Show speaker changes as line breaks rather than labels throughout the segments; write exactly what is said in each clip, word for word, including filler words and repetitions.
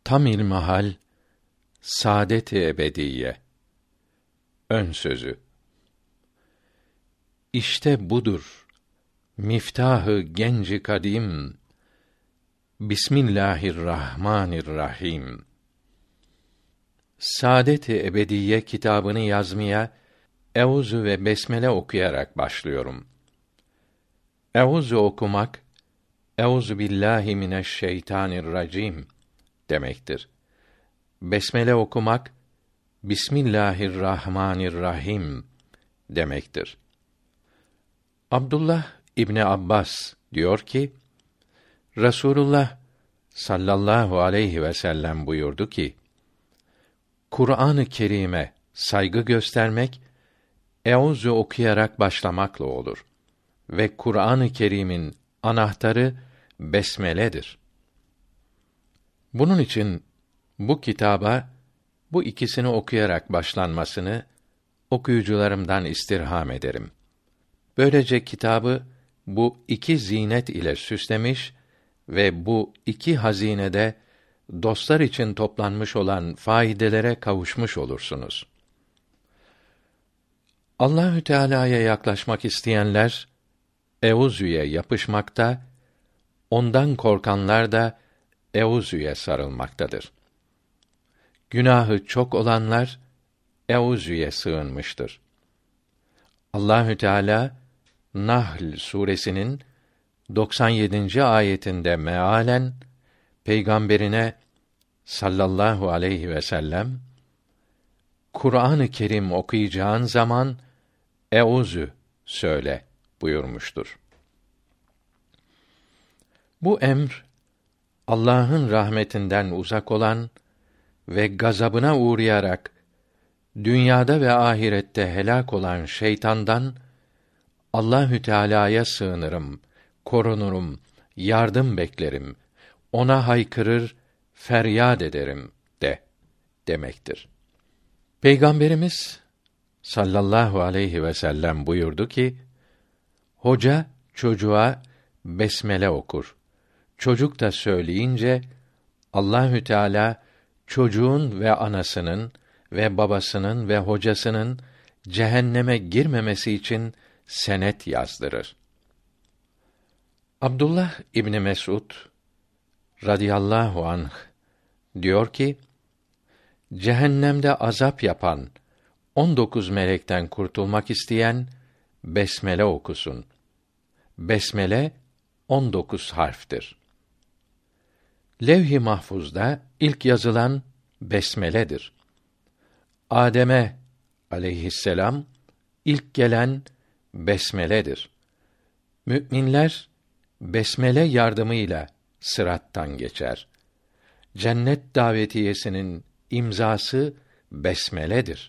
Tam ilmihal, saadet-i ebediye. Ön sözü. İşte budur, miftahı genci kadim. Bismillahirrahmanirrahim. Saadet-i Ebediye kitabını yazmaya Euzu ve Besmele okuyarak başlıyorum. Euzu okumak, Euzu billahi mineşşeytanirracim demektir. Besmele okumak, Bismillahirrahmanirrahim demektir. Abdullah İbni Abbas diyor ki, Resulullah sallallahu aleyhi ve sellem buyurdu ki, Kur'an-ı Kerim'e saygı göstermek, Euzu okuyarak başlamakla olur ve Kur'an-ı Kerim'in anahtarı besmeledir. Bunun için bu kitaba bu ikisini okuyarak başlanmasını okuyucularımdan istirham ederim. Böylece kitabı bu iki zinet ile süslemiş ve bu iki hazinede dostlar için toplanmış olan faydelere kavuşmuş olursunuz. Allahü Teala'ya yaklaşmak isteyenler Euzu'ya yapışmakta, ondan korkanlar da Euzu'ya sarılmaktadır. Günahı çok olanlar Euzu'ya sığınmıştır. Allahü Teala Nahl suresinin doksan yedinci ayetinde mealen peygamberine sallallahu aleyhi ve sellem Kur'an-ı Kerim okuyacağın zaman Euzu söyle buyurmuştur. Bu emr Allah'ın rahmetinden uzak olan ve gazabına uğrayarak dünyada ve ahirette helak olan şeytandan Allahü Teala'ya sığınırım, korunurum, yardım beklerim, ona haykırır, feryat ederim de demektir. Peygamberimiz sallallahu aleyhi ve sellem buyurdu ki, hoca çocuğa besmele okur. Çocuk da söyleyince Allahü Teala çocuğun ve anasının ve babasının ve hocasının cehenneme girmemesi için senet yazdırır. Abdullah İbni Mes'ud radıyallahu anh diyor ki, cehennemde azap yapan on dokuz melekten kurtulmak isteyen besmele okusun. Besmele on dokuz harftir. Levh-i Mahfuz'da ilk yazılan besmeledir. Adem'e aleyhisselam ilk gelen besmeledir. Müminler besmele yardımıyla sırattan geçer. Cennet davetiyesinin imzası besmeledir.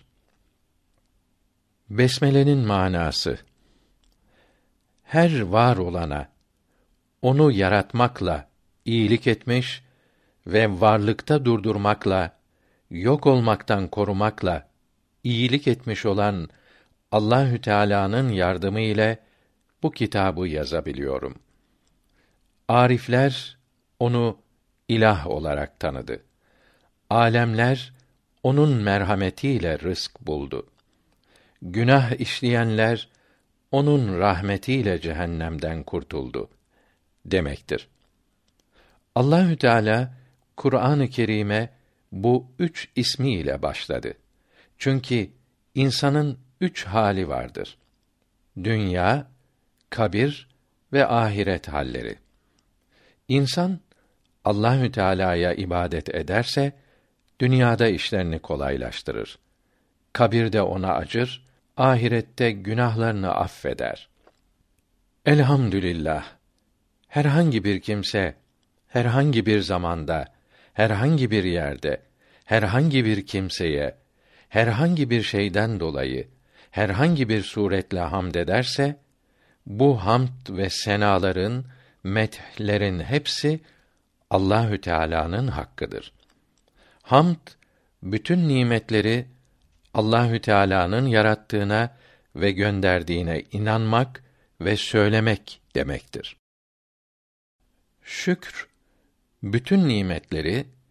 Besmelenin manası: her var olana onu yaratmakla iyilik etmiş ve varlıkta durdurmakla, yok olmaktan korumakla iyilik etmiş olan Allahü Teala'nın yardımı ile bu kitabı yazabiliyorum. Arifler onu ilah olarak tanıdı. Alemler onun merhametiyle rızk buldu. Günah işleyenler onun rahmetiyle cehennemden kurtuldu demektir. Allahü Teala Kur'an-ı Kerim'e bu üç ismiyle başladı. Çünkü insanın üç hali vardır: dünya, kabir ve ahiret halleri. İnsan Allahü Teala'ya ibadet ederse dünyada işlerini kolaylaştırır. Kabirde ona acır, ahirette günahlarını affeder. Elhamdülillah. Herhangi bir kimse herhangi bir zamanda, herhangi bir yerde, herhangi bir kimseye, herhangi bir şeyden dolayı, herhangi bir suretle hamd ederse, bu hamd ve senaların, methlerin hepsi Allahü Teala'nın hakkıdır. Hamd bütün nimetleri Allahü Teala'nın yarattığına ve gönderdiğine inanmak ve söylemek demektir. Şükr bütün nimetleri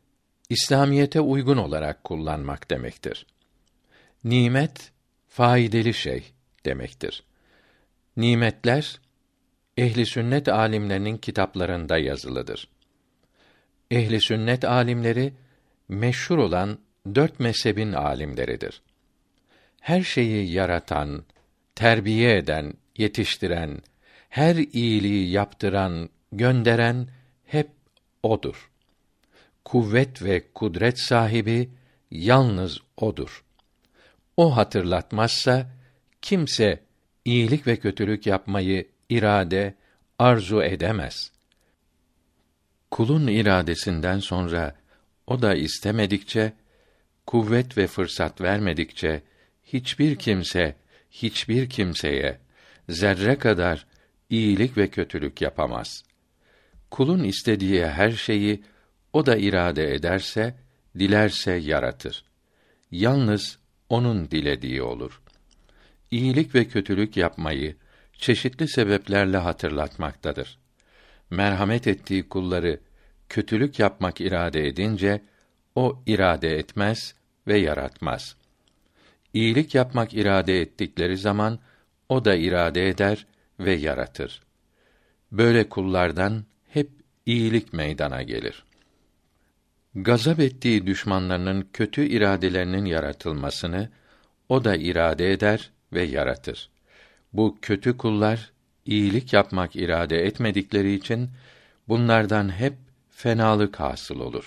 İslamiyete uygun olarak kullanmak demektir. Nimet, faydalı şey demektir. Nimetler, ehli sünnet alimlerinin kitaplarında yazılıdır. Ehli sünnet alimleri, meşhur olan dört mezhebin alimleridir. Her şeyi yaratan, terbiye eden, yetiştiren, her iyiliği yaptıran, gönderen hep odur. Kuvvet ve kudret sahibi yalnız odur. O hatırlatmazsa kimse iyilik ve kötülük yapmayı irade, arzu edemez. Kulun iradesinden sonra o da istemedikçe, kuvvet ve fırsat vermedikçe hiçbir kimse hiçbir kimseye zerre kadar iyilik ve kötülük yapamaz. Kulun istediği her şeyi o da irade ederse, dilerse yaratır. Yalnız onun dilediği olur. İyilik ve kötülük yapmayı çeşitli sebeplerle hatırlatmaktadır. Merhamet ettiği kulları kötülük yapmak irade edince o irade etmez ve yaratmaz. İyilik yapmak irade ettikleri zaman o da irade eder ve yaratır. Böyle kullardan hep iyilik meydana gelir. Gazap ettiği düşmanlarının kötü iradelerinin yaratılmasını o da irade eder ve yaratır. Bu kötü kullar iyilik yapmak irade etmedikleri için bunlardan hep fenalık hasıl olur.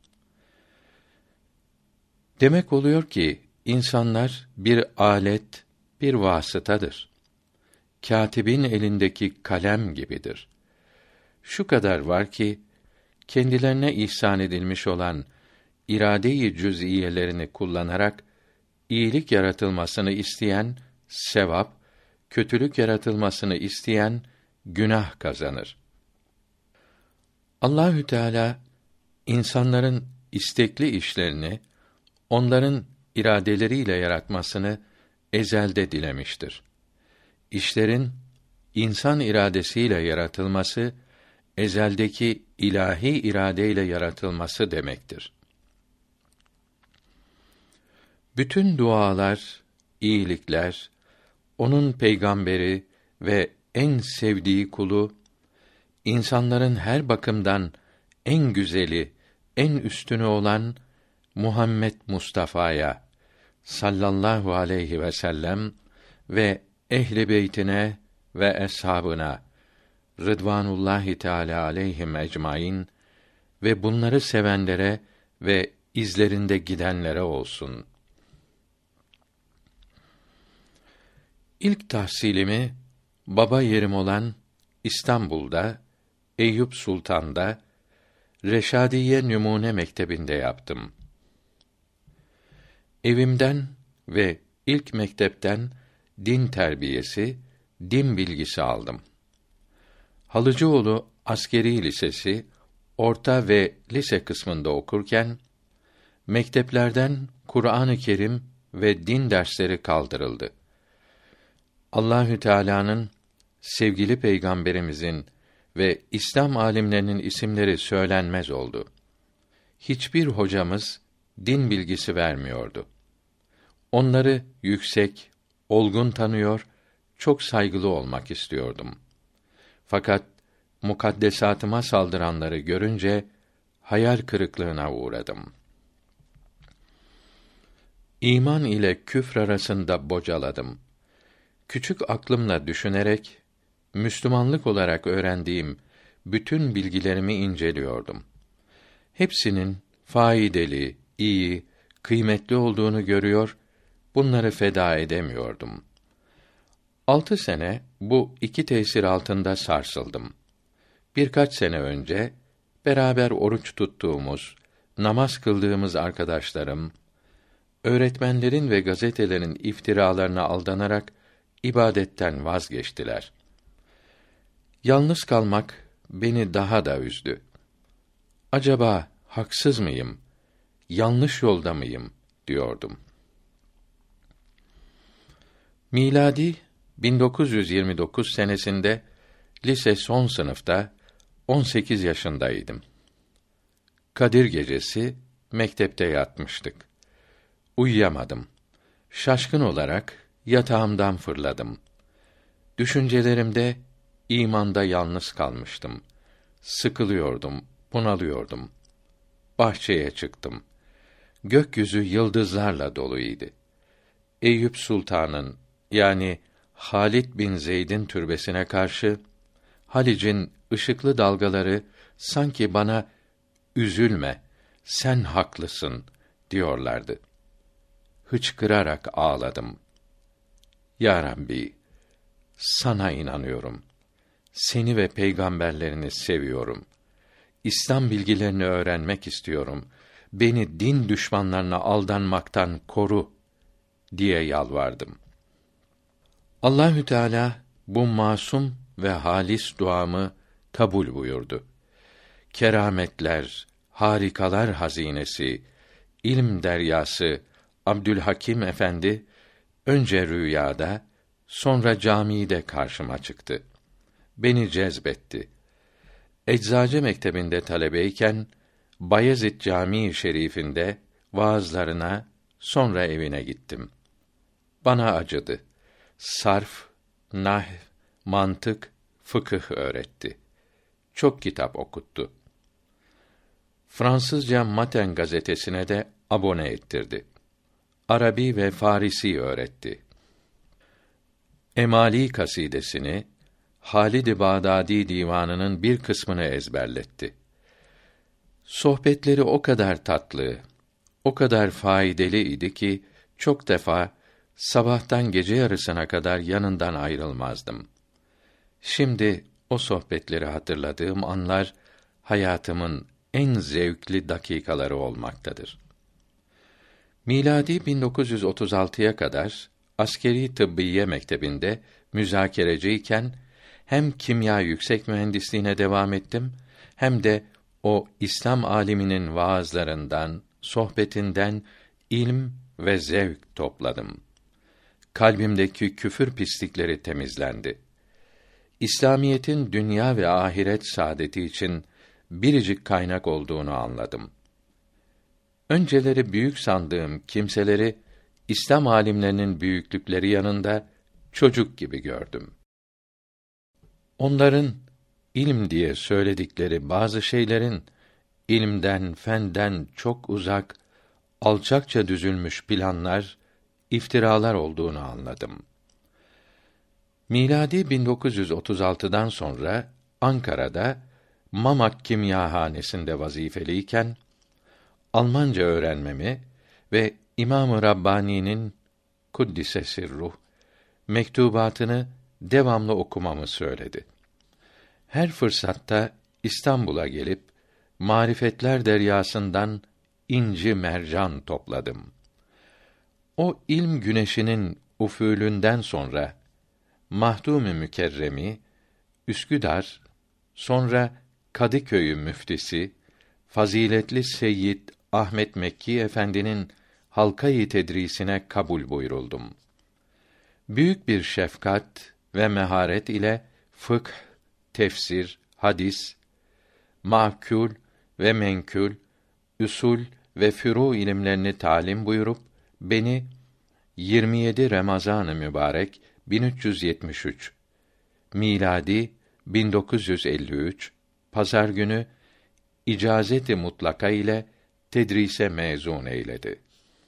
Demek oluyor ki insanlar bir alet, bir vasıtadır. Kâtibin elindeki kalem gibidir. Şu kadar var ki kendilerine ihsan edilmiş olan irade-i cüz'iyelerini kullanarak iyilik yaratılmasını isteyen sevap, kötülük yaratılmasını isteyen günah kazanır. Allahü Teala insanların istekli işlerini onların iradeleriyle yaratmasını ezelde dilemiştir. İşlerin insan iradesiyle yaratılması ezeldeki ilahi iradeyle yaratılması demektir. Bütün dualar, iyilikler, onun peygamberi ve en sevdiği kulu, insanların her bakımdan en güzeli, en üstünü olan Muhammed Mustafa'ya sallallahu aleyhi ve sellem ve ehli beytine ve eshabına Rıdvanullahi Teala aleyhim ecmaîn ve bunları sevenlere ve izlerinde gidenlere olsun. İlk tahsilimi baba yerim olan İstanbul'da, Eyüp Sultan'da Reşadiye Numune Mektebi'nde yaptım. Evimden ve ilk mektepten din terbiyesi, din bilgisi aldım. Halıcıoğlu Askeri Lisesi, orta ve lise kısmında okurken, mekteplerden Kur'an-ı Kerim ve din dersleri kaldırıldı. Allahü Teala'nın, sevgili peygamberimizin ve İslam alimlerinin isimleri söylenmez oldu. Hiçbir hocamız din bilgisi vermiyordu. Onları yüksek, olgun tanıyor, çok saygılı olmak istiyordum. Fakat mukaddesatıma saldıranları görünce hayal kırıklığına uğradım. İman ile küfr arasında bocaladım. Küçük aklımla düşünerek Müslümanlık olarak öğrendiğim bütün bilgilerimi inceliyordum. Hepsinin faydalı, iyi, kıymetli olduğunu görüyor, bunları feda edemiyordum. Altı sene bu iki tesir altında sarsıldım. Birkaç sene önce beraber oruç tuttuğumuz, namaz kıldığımız arkadaşlarım, öğretmenlerin ve gazetelerin iftiralarına aldanarak ibadetten vazgeçtiler. Yalnız kalmak beni daha da üzdü. Acaba haksız mıyım? Yanlış yolda mıyım? diyordum. Miladi bin dokuz yüz yirmi dokuz senesinde lise son sınıfta on sekiz yaşındaydım. Kadir Gecesi mektepte yatmıştık. Uyuyamadım. Şaşkın olarak yatağımdan fırladım. Düşüncelerimde imanda yalnız kalmıştım. Sıkılıyordum, bunalıyordum. Bahçeye çıktım. Gökyüzü yıldızlarla doluydu. Eyüp Sultan'ın yani Halid bin Zeyd'in türbesine karşı Halic'in ışıklı dalgaları sanki bana üzülme, sen haklısın diyorlardı. Hıçkırarak ağladım. Ya Rabbi, sana inanıyorum. Seni ve peygamberlerini seviyorum. İslam bilgilerini öğrenmek istiyorum. Beni din düşmanlarına aldanmaktan koru diye yalvardım. Allahü Teala bu masum ve halis duamı kabul buyurdu. Kerametler, harikalar hazinesi, ilm deryası Abdülhakim Efendi önce rüyada, sonra camide karşıma çıktı. Beni cezbetti. Eczacı mektebinde talebeyken Bayezid Camii Şerifinde vaazlarına, sonra evine gittim. Bana acıdı. Sarf, nahv, mantık, fıkıh öğretti. Çok kitap okuttu. Fransızca Matin gazetesine de abone ettirdi. Arabi ve Farisi öğretti. Emali kasidesini, Halid-i Bağdadi divanının bir kısmını ezberletti. Sohbetleri o kadar tatlı, o kadar faydalı idi ki çok defa sabahtan gece yarısına kadar yanından ayrılmazdım. Şimdi o sohbetleri hatırladığım anlar hayatımın en zevkli dakikaları olmaktadır. Miladi bin dokuz yüz otuz altıya kadar Askeri Tıbbiye Mektebi'nde müzakereciyken hem kimya yüksek mühendisliğine devam ettim hem de o İslam aliminin vaazlarından, sohbetinden ilm ve zevk topladım. Kalbimdeki küfür pislikleri temizlendi. İslamiyetin dünya ve ahiret saadeti için biricik kaynak olduğunu anladım. Önceleri büyük sandığım kimseleri İslam alimlerinin büyüklükleri yanında çocuk gibi gördüm. Onların ilm diye söyledikleri bazı şeylerin ilmden, fenden çok uzak, alçakça düzülmüş planlar, iftiralar olduğunu anladım. Miladi bin dokuz yüz otuz altıdan sonra Ankara'da Mamak Kimyahanesi'nde vazifeliyken Almanca öğrenmemi ve İmam-ı Rabbani'nin kuddise sirruh mektubatını devamlı okumamı söyledi. Her fırsatta İstanbul'a gelip marifetler deryasından inci mercan topladım. O ilm güneşinin ufûlünden sonra Mahdûm-ü Mükerrem'i, Üsküdar, sonra Kadıköy'ü müftisi, faziletli Seyyid Ahmet Mekki Efendi'nin halka-i tedrisine kabul buyuruldum. Büyük bir şefkat ve meharet ile fıkh, tefsir, hadis, mahkûl ve menkûl, usul ve furu ilimlerini talim buyurup beni yirmi yedi Ramazan-ı Mübarek bin üç yüz yetmiş üç miladi bin dokuz yüz elli üç pazar günü icazeti mutlaka ile tedrise mezun eyledi.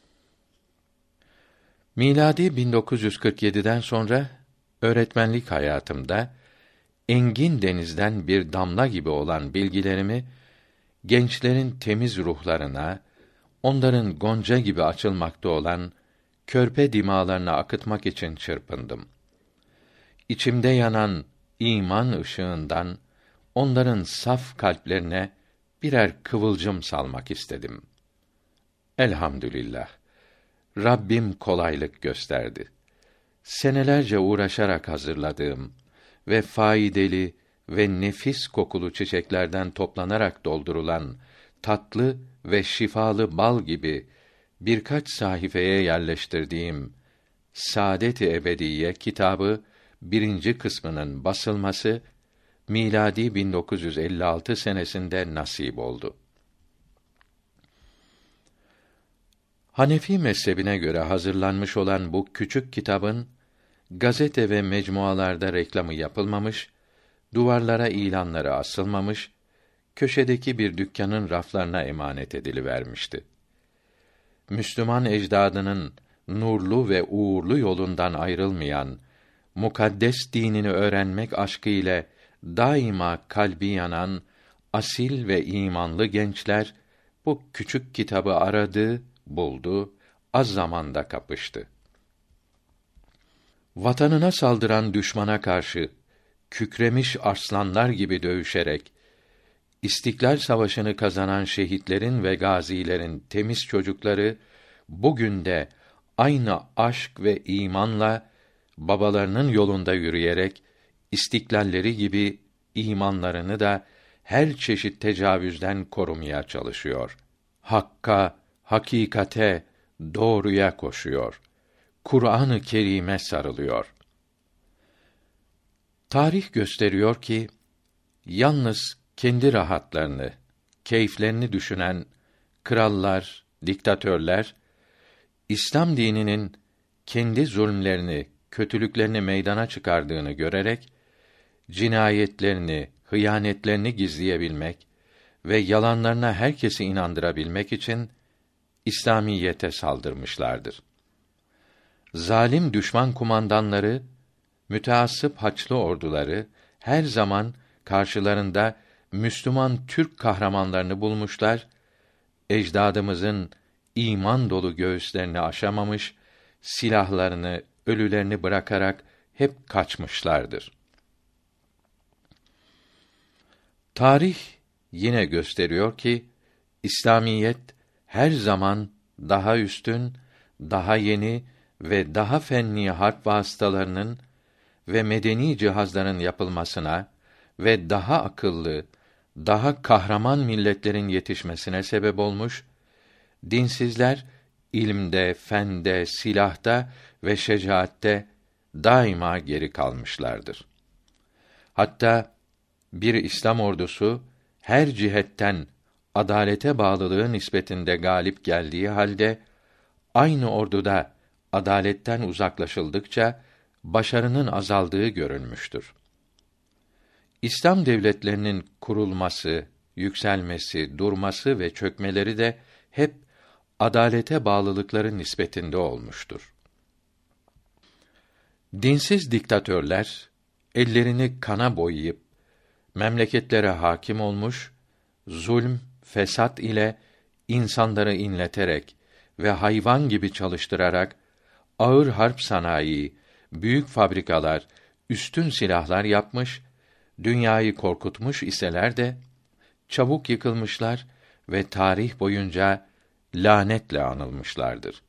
Miladi bin dokuz yüz kırk yedi'den sonra öğretmenlik hayatımda engin denizden bir damla gibi olan bilgilerimi gençlerin temiz ruhlarına, onların gonca gibi açılmakta olan körpe dimağlarına akıtmak için çırpındım. İçimde yanan iman ışığından onların saf kalplerine birer kıvılcım salmak istedim. Elhamdülillah, Rabbim kolaylık gösterdi. Senelerce uğraşarak hazırladığım ve faydalı ve nefis kokulu çiçeklerden toplanarak doldurulan tatlı ve şifalı bal gibi birkaç sayfaya yerleştirdiğim Saadet-i Ebediye kitabı birinci kısmının basılması miladi bin dokuz yüz elli altı senesinde nasip oldu. Hanefi mezhebine göre hazırlanmış olan bu küçük kitabın gazete ve mecmualarda reklamı yapılmamış, duvarlara ilanları asılmamış, köşedeki bir dükkanın raflarına emanet edilivermişti. Müslüman ecdadının nurlu ve uğurlu yolundan ayrılmayan, mukaddes dinini öğrenmek aşkı ile daima kalbi yanan asil ve imanlı gençler bu küçük kitabı aradı, buldu, az zamanda kapıştı. Vatanına saldıran düşmana karşı kükremiş arslanlar gibi dövüşerek İstiklal Savaşı'nı kazanan şehitlerin ve gazilerin temiz çocukları bugün de aynı aşk ve imanla babalarının yolunda yürüyerek istiklalleri gibi imanlarını da her çeşit tecavüzden korumaya çalışıyor. Hakka, hakikate, doğruya koşuyor. Kur'an-ı Kerim'e sarılıyor. Tarih gösteriyor ki yalnız kendi rahatlarını, keyiflerini düşünen krallar, diktatörler İslam dininin kendi zulmlerini, kötülüklerini meydana çıkardığını görerek cinayetlerini, hıyanetlerini gizleyebilmek ve yalanlarına herkesi inandırabilmek için İslamiyete saldırmışlardır. Zalim düşman kumandanları, müteassıp Haçlı orduları her zaman karşılarında Müslüman Türk kahramanlarını bulmuşlar, ecdadımızın iman dolu göğüslerini aşamamış, silahlarını, ölülerini bırakarak hep kaçmışlardır. Tarih yine gösteriyor ki İslamiyet her zaman daha üstün, daha yeni ve daha fenni harp vasıtalarının ve medeni cihazların yapılmasına ve daha akıllı, daha kahraman milletlerin yetişmesine sebep olmuş, dinsizler ilimde, fende, silahta ve şecaatte daima geri kalmışlardır. Hatta bir İslam ordusu her cihetten adalete bağlılığı nispetinde galip geldiği halde aynı orduda adaletten uzaklaşıldıkça başarının azaldığı görülmüştür. İslam devletlerinin kurulması, yükselmesi, durması ve çökmeleri de hep adalete bağlılıkları nispetinde olmuştur. Dinsiz diktatörler ellerini kana boyayıp memleketlere hakim olmuş, zulm, fesat ile insanları inleterek ve hayvan gibi çalıştırarak ağır harp sanayi, büyük fabrikalar, üstün silahlar yapmış, dünyayı korkutmuş iseler de çabuk yıkılmışlar ve tarih boyunca lanetle anılmışlardır.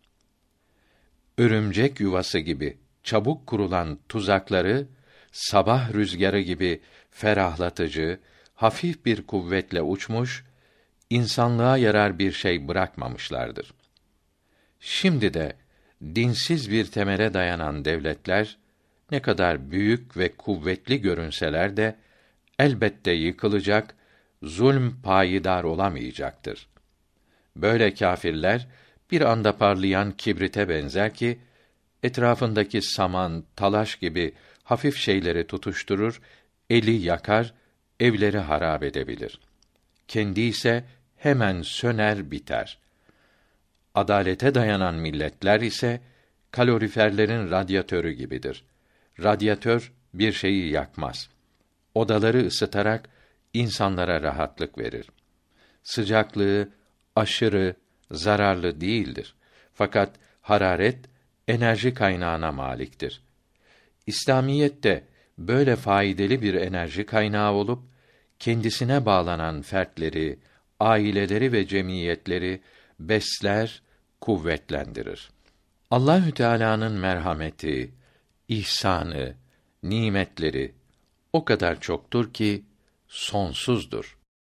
Örümcek yuvası gibi çabuk kurulan tuzakları sabah rüzgarı gibi ferahlatıcı, hafif bir kuvvetle uçmuş, insanlığa yarar bir şey bırakmamışlardır. Şimdi de dinsiz bir temele dayanan devletler ne kadar büyük ve kuvvetli görünseler de elbette yıkılacak, zulm payidar olamayacaktır. Böyle kâfirler bir anda parlayan kibrite benzer ki etrafındaki saman, talaş gibi hafif şeyleri tutuşturur, eli yakar, evleri harap edebilir. Kendi ise hemen söner biter. Adalete dayanan milletler ise kaloriferlerin radyatörü gibidir. Radyatör bir şeyi yakmaz. Odaları ısıtarak insanlara rahatlık verir. Sıcaklığı aşırı, zararlı değildir. Fakat hararet enerji kaynağına maliktir. İslamiyet de böyle faydalı bir enerji kaynağı olup kendisine bağlanan fertleri, aileleri ve cemiyetleri besler, kuvvetlendirir. Allahü Teala'nın merhameti, ihsanı, nimetleri o kadar çoktur ki sonsuzdur.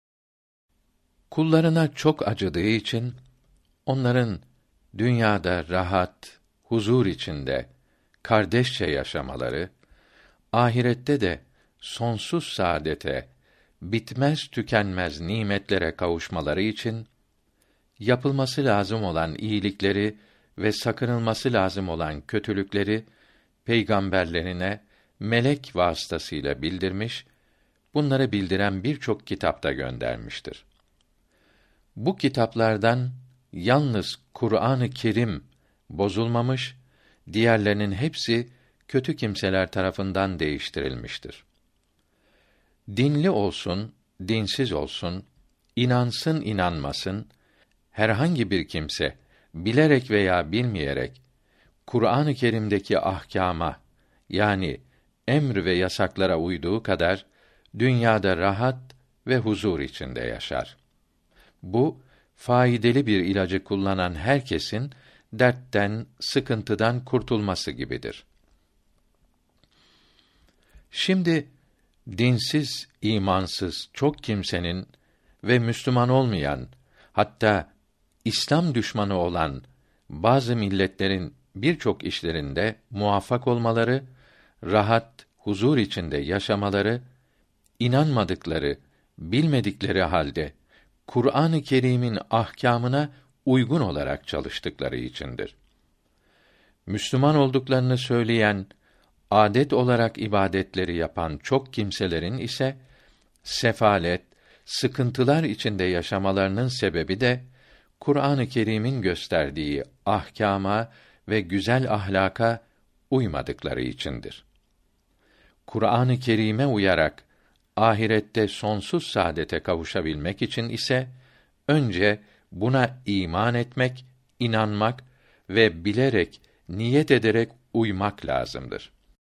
Kullarına çok acıdığı için onların dünyada rahat, huzur içinde kardeşçe yaşamaları, ahirette de sonsuz saadete, bitmez tükenmez nimetlere kavuşmaları için yapılması lazım olan iyilikleri ve sakınılması lazım olan kötülükleri peygamberlerine melek vasıtasıyla bildirmiş, bunları bildiren birçok kitapta göndermiştir. Bu kitaplardan yalnız Kur'an-ı Kerim bozulmamış, diğerlerinin hepsi kötü kimseler tarafından değiştirilmiştir. Dinli olsun, dinsiz olsun, inansın inanmasın, herhangi bir kimse bilerek veya bilmeyerek Kur'an-ı Kerim'deki ahkâma, yani emr ve yasaklara uyduğu kadar dünyada rahat ve huzur içinde yaşar. Bu faydalı bir ilacı kullanan herkesin dertten, sıkıntıdan kurtulması gibidir. Şimdi dinsiz, imansız çok kimsenin ve Müslüman olmayan, hatta İslam düşmanı olan bazı milletlerin birçok işlerinde muvaffak olmaları, rahat, huzur içinde yaşamaları, inanmadıkları, bilmedikleri halde Kur'an-ı Kerim'in ahkâmına uygun olarak çalıştıkları içindir. Müslüman olduklarını söyleyen, adet olarak ibadetleri yapan çok kimselerin ise sefalet, sıkıntılar içinde yaşamalarının sebebi de Kur'an-ı Kerim'in gösterdiği ahkâma ve güzel ahlaka uymadıkları içindir. Kur'an-ı Kerim'e uyarak ahirette sonsuz saadete kavuşabilmek için ise önce buna iman etmek, inanmak ve bilerek, niyet ederek uymak lazımdır.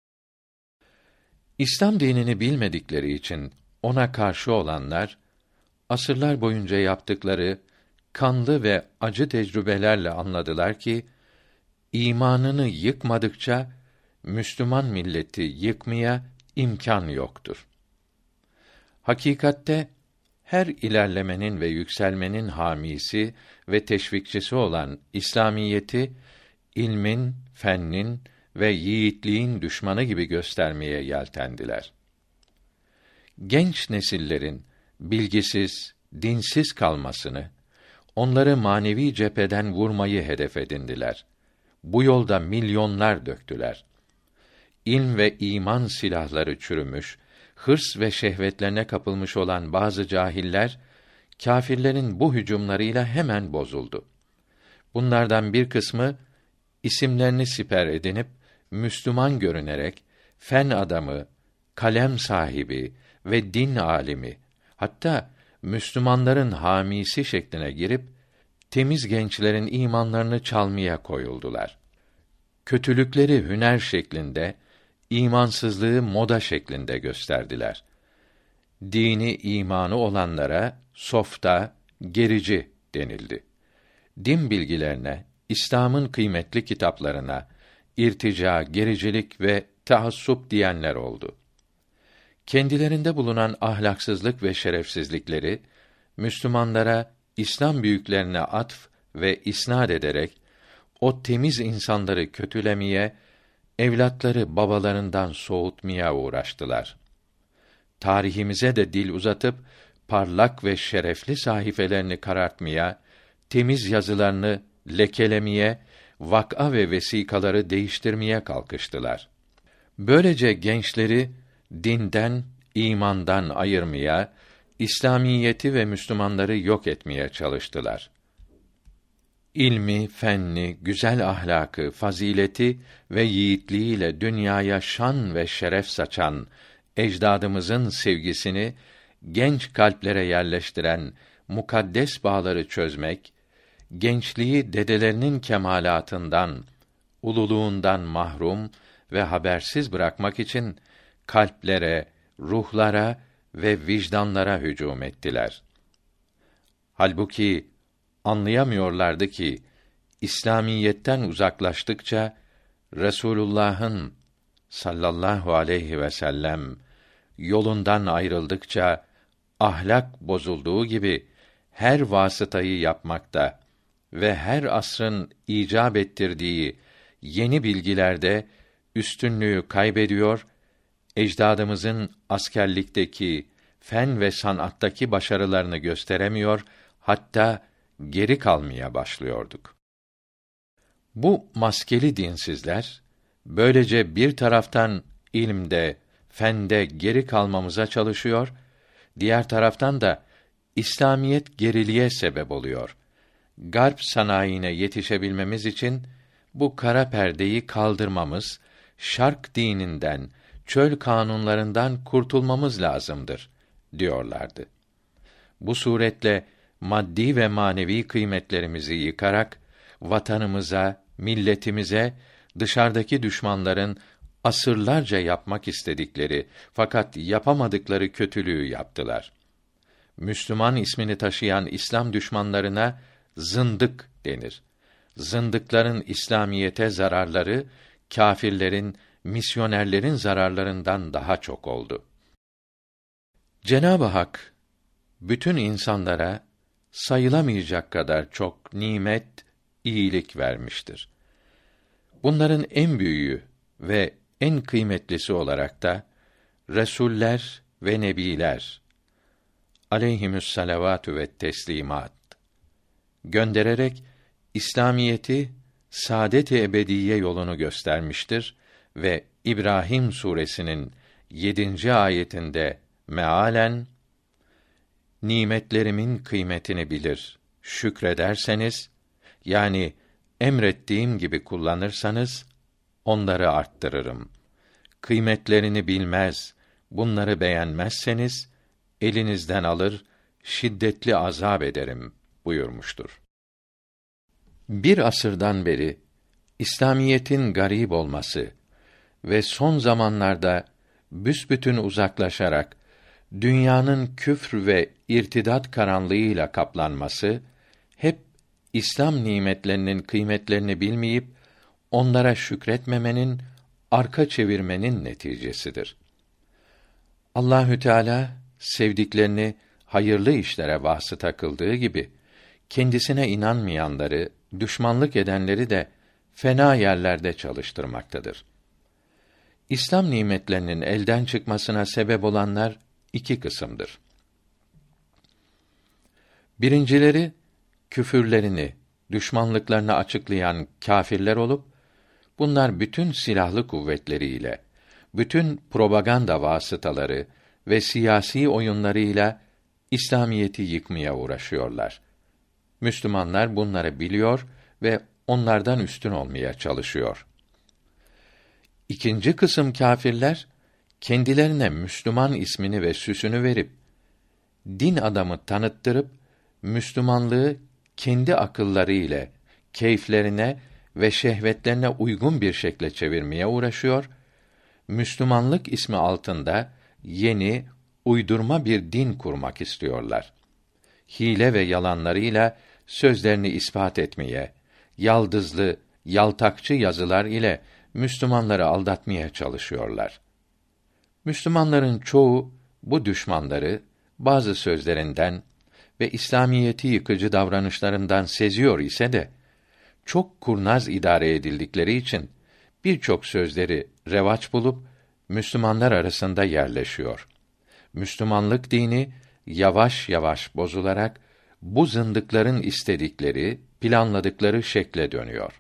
İslam dinini bilmedikleri için ona karşı olanlar, asırlar boyunca yaptıkları kanlı ve acı tecrübelerle anladılar ki, imanını yıkmadıkça Müslüman milleti yıkmaya imkan yoktur. Hakikatte her ilerlemenin ve yükselmenin hamisi ve teşvikçisi olan İslamiyeti ilmin, fennin ve yiğitliğin düşmanı gibi göstermeye yeltendiler. Genç nesillerin bilgisiz, dinsiz kalmasını, onları manevi cepheden vurmayı hedef edindiler. Bu yolda milyonlar döktüler. İlm ve iman silahları çürümüş, hırs ve şehvetlerine kapılmış olan bazı cahiller, kâfirlerin bu hücumlarıyla hemen bozuldu. Bunlardan bir kısmı, isimlerini siper edinip, Müslüman görünerek, fen adamı, kalem sahibi ve din alimi, hatta Müslümanların hamisi şekline girip, temiz gençlerin imanlarını çalmaya koyuldular. Kötülükleri hüner şeklinde, imansızlığı moda şeklinde gösterdiler. Dini, imanı olanlara softa, gerici denildi. Din bilgilerine, İslam'ın kıymetli kitaplarına irtica, gericilik ve taassup diyenler oldu. Kendilerinde bulunan ahlaksızlık ve şerefsizlikleri Müslümanlara, İslam büyüklerine atf ve isnad ederek o temiz insanları kötülemeye, evlatları babalarından soğutmaya uğraştılar. Tarihimize de dil uzatıp parlak ve şerefli sahifelerini karartmaya, temiz yazılarını lekelemeye, vak'a ve vesikaları değiştirmeye kalkıştılar. Böylece gençleri dinden, imandan ayırmaya, İslamiyeti ve Müslümanları yok etmeye çalıştılar. İlmi, fenni, güzel ahlakı, fazileti ve yiğitliğiyle dünyaya şan ve şeref saçan ecdadımızın sevgisini genç kalplere yerleştiren mukaddes bağları çözmek, gençliği dedelerinin kemalatından, ululuğundan mahrum ve habersiz bırakmak için kalplere, ruhlara ve vicdanlara hücum ettiler. Halbuki anlayamıyorlardı ki İslamiyetten uzaklaştıkça Resulullah'ın sallallahu aleyhi ve sellem yolundan ayrıldıkça ahlak bozulduğu gibi her vasıtayı yapmakta ve her asrın icap ettirdiği yeni bilgilerde üstünlüğü kaybediyor, ecdadımızın askerlikteki, fen ve sanattaki başarılarını gösteremiyor, hatta geri kalmaya başlıyorduk. Bu maskeli dinsizler, böylece bir taraftan ilimde, fende geri kalmamıza çalışıyor, diğer taraftan da İslamiyet geriliğe sebep oluyor. Garp sanayine yetişebilmemiz için bu kara perdeyi kaldırmamız, şark dininden, çöl kanunlarından kurtulmamız lazımdır diyorlardı. Bu suretle maddi ve manevi kıymetlerimizi yıkarak vatanımıza, milletimize dışarıdaki düşmanların asırlarca yapmak istedikleri fakat yapamadıkları kötülüğü yaptılar. Müslüman ismini taşıyan İslam düşmanlarına zındık denir. Zındıkların İslamiyete zararları kâfirlerin, misyonerlerin zararlarından daha çok oldu. Cenab-ı Hak bütün insanlara sayılamayacak kadar çok nimet, iyilik vermiştir. Bunların en büyüğü ve en kıymetlisi olarak da resuller ve nebiler aleyhimüsselavatü ve teslimat göndererek İslamiyeti saadet-i ebediye yolunu göstermiştir ve İbrahim suresinin yedinci ayetinde mealen nimetlerimin kıymetini bilir, şükrederseniz, yani emrettiğim gibi kullanırsanız, onları arttırırım. Kıymetlerini bilmez, bunları beğenmezseniz, elinizden alır, şiddetli azap ederim buyurmuştur. Bir asırdan beri, İslamiyetin garip olması ve son zamanlarda büsbütün uzaklaşarak, dünyanın küfr ve irtidat karanlığıyla kaplanması, hep İslam nimetlerinin kıymetlerini bilmeyip, onlara şükretmemenin, arka çevirmenin neticesidir. Allahü Teala sevdiklerini hayırlı işlere vasıta kıldığı gibi, kendisine inanmayanları, düşmanlık edenleri de fena yerlerde çalıştırmaktadır. İslam nimetlerinin elden çıkmasına sebep olanlar iki kısımdır. Birincileri, küfürlerini, düşmanlıklarını açıklayan kâfirler olup, bunlar bütün silahlı kuvvetleriyle, bütün propaganda vasıtaları ve siyasi oyunlarıyla İslamiyeti yıkmaya uğraşıyorlar. Müslümanlar bunları biliyor ve onlardan üstün olmaya çalışıyor. İkinci kısım kâfirler, kendilerine Müslüman ismini ve süsünü verip, din adamı tanıttırıp, Müslümanlığı kendi akılları ile, keyiflerine ve şehvetlerine uygun bir şekle çevirmeye uğraşıyor, Müslümanlık ismi altında yeni, uydurma bir din kurmak istiyorlar. Hile ve yalanlarıyla sözlerini ispat etmeye, yaldızlı, yaltakçı yazılar ile Müslümanları aldatmaya çalışıyorlar. Müslümanların çoğu bu düşmanları bazı sözlerinden ve İslamiyeti yıkıcı davranışlarından seziyor ise de çok kurnaz idare edildikleri için birçok sözleri revaç bulup Müslümanlar arasında yerleşiyor. Müslümanlık dini yavaş yavaş bozularak bu zındıkların istedikleri, planladıkları şekle dönüyor.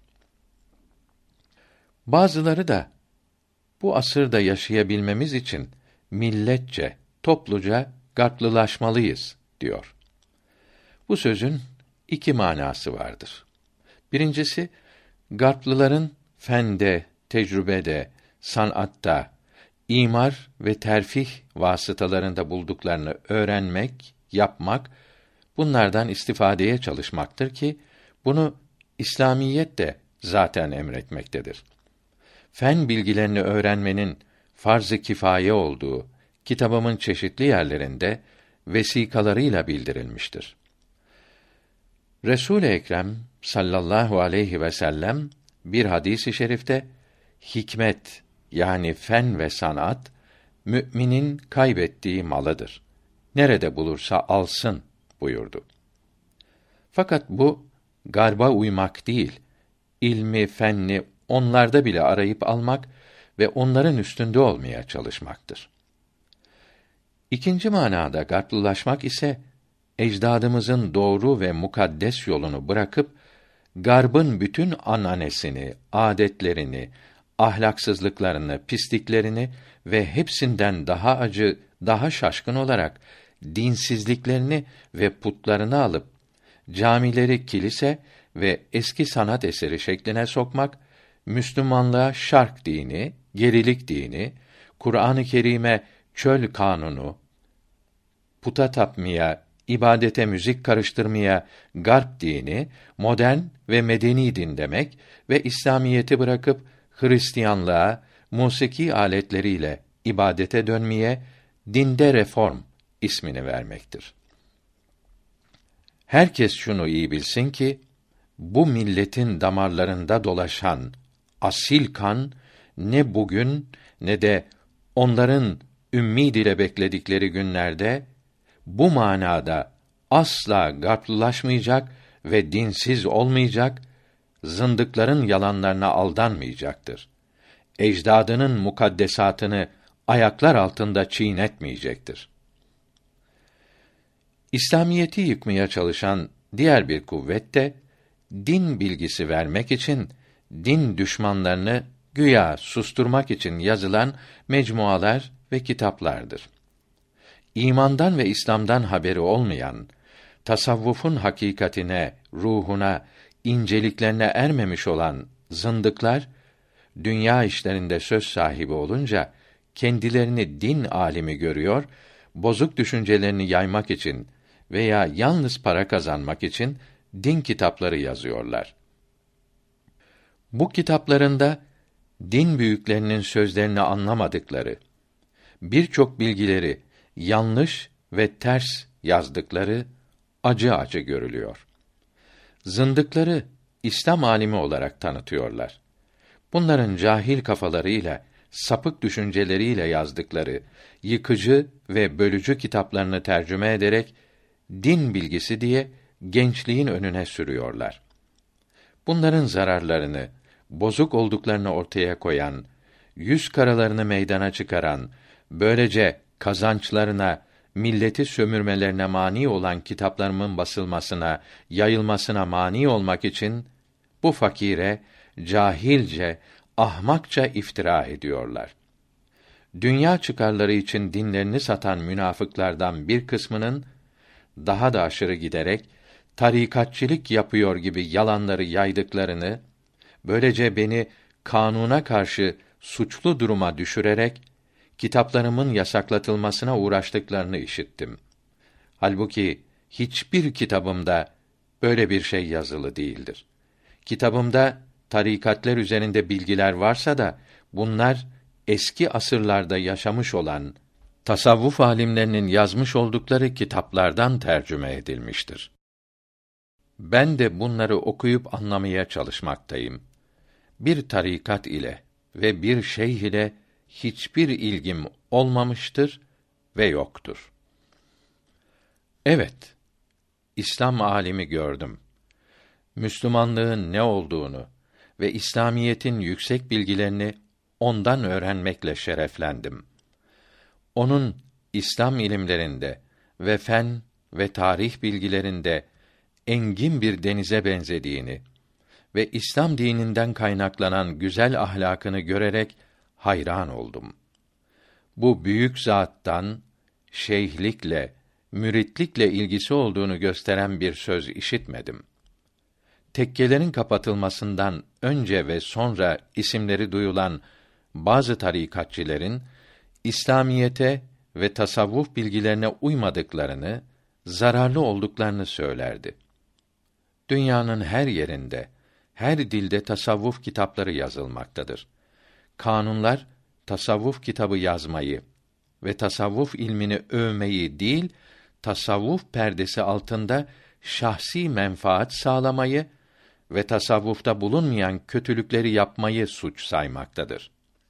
Bazıları da bu asırda yaşayabilmemiz için milletçe, topluca garplılaşmalıyız diyor. Bu sözün iki manası vardır. Birincisi, garplıların fende, tecrübede, sanatta, imar ve terfih vasıtalarında bulduklarını öğrenmek, yapmak, bunlardan istifadeye çalışmaktır ki, bunu İslamiyet de zaten emretmektedir. Fen bilgilerini öğrenmenin farz-ı kifaye olduğu kitabımın çeşitli yerlerinde vesikalarıyla bildirilmiştir. Resul-i Ekrem sallallahu aleyhi ve sellem bir hadis-i şerifte hikmet yani fen ve sanat müminin kaybettiği malıdır. Nerede bulursa alsın buyurdu. Fakat bu garba uymak değil, ilmi, fenni onlarda bile arayıp almak ve onların üstünde olmaya çalışmaktır. İkinci manada garplılaşmak ise ecdadımızın doğru ve mukaddes yolunu bırakıp Garb'ın bütün ananesini, adetlerini, ahlaksızlıklarını, pisliklerini ve hepsinden daha acı, daha şaşkın olarak dinsizliklerini ve putlarını alıp camileri kilise ve eski sanat eseri şekline sokmak, Müslümanlığa şark dini, gerilik dini, Kur'an-ı Kerim'e çöl kanunu, puta tapmaya, ibadete müzik karıştırmaya Garp dini, modern ve medeni din demek ve İslamiyeti bırakıp Hristiyanlığa, musiki aletleriyle ibadete dönmeye dinde reform ismini vermektir. Herkes şunu iyi bilsin ki bu milletin damarlarında dolaşan asil kan ne bugün ne de onların ümmid ile bekledikleri günlerde bu manada asla garplılaşmayacak ve dinsiz olmayacak, zındıkların yalanlarına aldanmayacaktır. Ecdadının mukaddesatını ayaklar altında çiğnetmeyecektir. İslamiyeti yıkmaya çalışan diğer bir kuvvet de din bilgisi vermek için din düşmanlarını güya susturmak için yazılan mecmualar ve kitaplardır. İmandan ve İslam'dan haberi olmayan, tasavvufun hakikatine, ruhuna, inceliklerine ermemiş olan zındıklar, dünya işlerinde söz sahibi olunca kendilerini din alimi görüyor, bozuk düşüncelerini yaymak için veya yalnız para kazanmak için din kitapları yazıyorlar. Bu kitaplarında din büyüklerinin sözlerini anlamadıkları, birçok bilgileri yanlış ve ters yazdıkları acı acı görülüyor. Zındıkları İslam alimi olarak tanıtıyorlar. Bunların cahil kafalarıyla, sapık düşünceleriyle yazdıkları yıkıcı ve bölücü kitaplarını tercüme ederek din bilgisi diye gençliğin önüne sürüyorlar. Bunların zararlarını, bozuk olduklarını ortaya koyan, yüz karalarını meydana çıkaran, böylece kazançlarına, milleti sömürmelerine mani olan kitaplarımın basılmasına, yayılmasına mani olmak için bu fakire cahilce, ahmakça iftira ediyorlar. Dünya çıkarları için dinlerini satan münafıklardan bir kısmının daha da aşırı giderek tarikatçilik yapıyor gibi yalanları yaydıklarını, böylece beni kanuna karşı suçlu duruma düşürerek kitaplarımın yasaklatılmasına uğraştıklarını işittim. Halbuki hiçbir kitabımda böyle bir şey yazılı değildir. Kitabımda tarikatler üzerinde bilgiler varsa da bunlar eski asırlarda yaşamış olan tasavvuf alimlerinin yazmış oldukları kitaplardan tercüme edilmiştir. Ben de bunları okuyup anlamaya çalışmaktayım. Bir tarikat ile ve bir şeyh ile hiçbir ilgim olmamıştır ve yoktur. Evet, İslam alimi gördüm. Müslümanlığın ne olduğunu ve İslamiyetin yüksek bilgilerini ondan öğrenmekle şereflendim. Onun İslam ilimlerinde ve fen ve tarih bilgilerinde engin bir denize benzediğini ve İslam dininden kaynaklanan güzel ahlakını görerek hayran oldum. Bu büyük zattan şeyhlikle, müritlikle ilgisi olduğunu gösteren bir söz işitmedim. Tekkelerin kapatılmasından önce ve sonra isimleri duyulan bazı tarikatçilerin İslamiyete ve tasavvuf bilgilerine uymadıklarını, zararlı olduklarını söylerdi. Dünyanın her yerinde, her dilde tasavvuf kitapları yazılmaktadır. Kanunlar tasavvuf kitabı yazmayı ve tasavvuf ilmini övmeyi değil, tasavvuf perdesi altında şahsi menfaat sağlamayı ve tasavvufta bulunmayan kötülükleri yapmayı suç saymaktadır.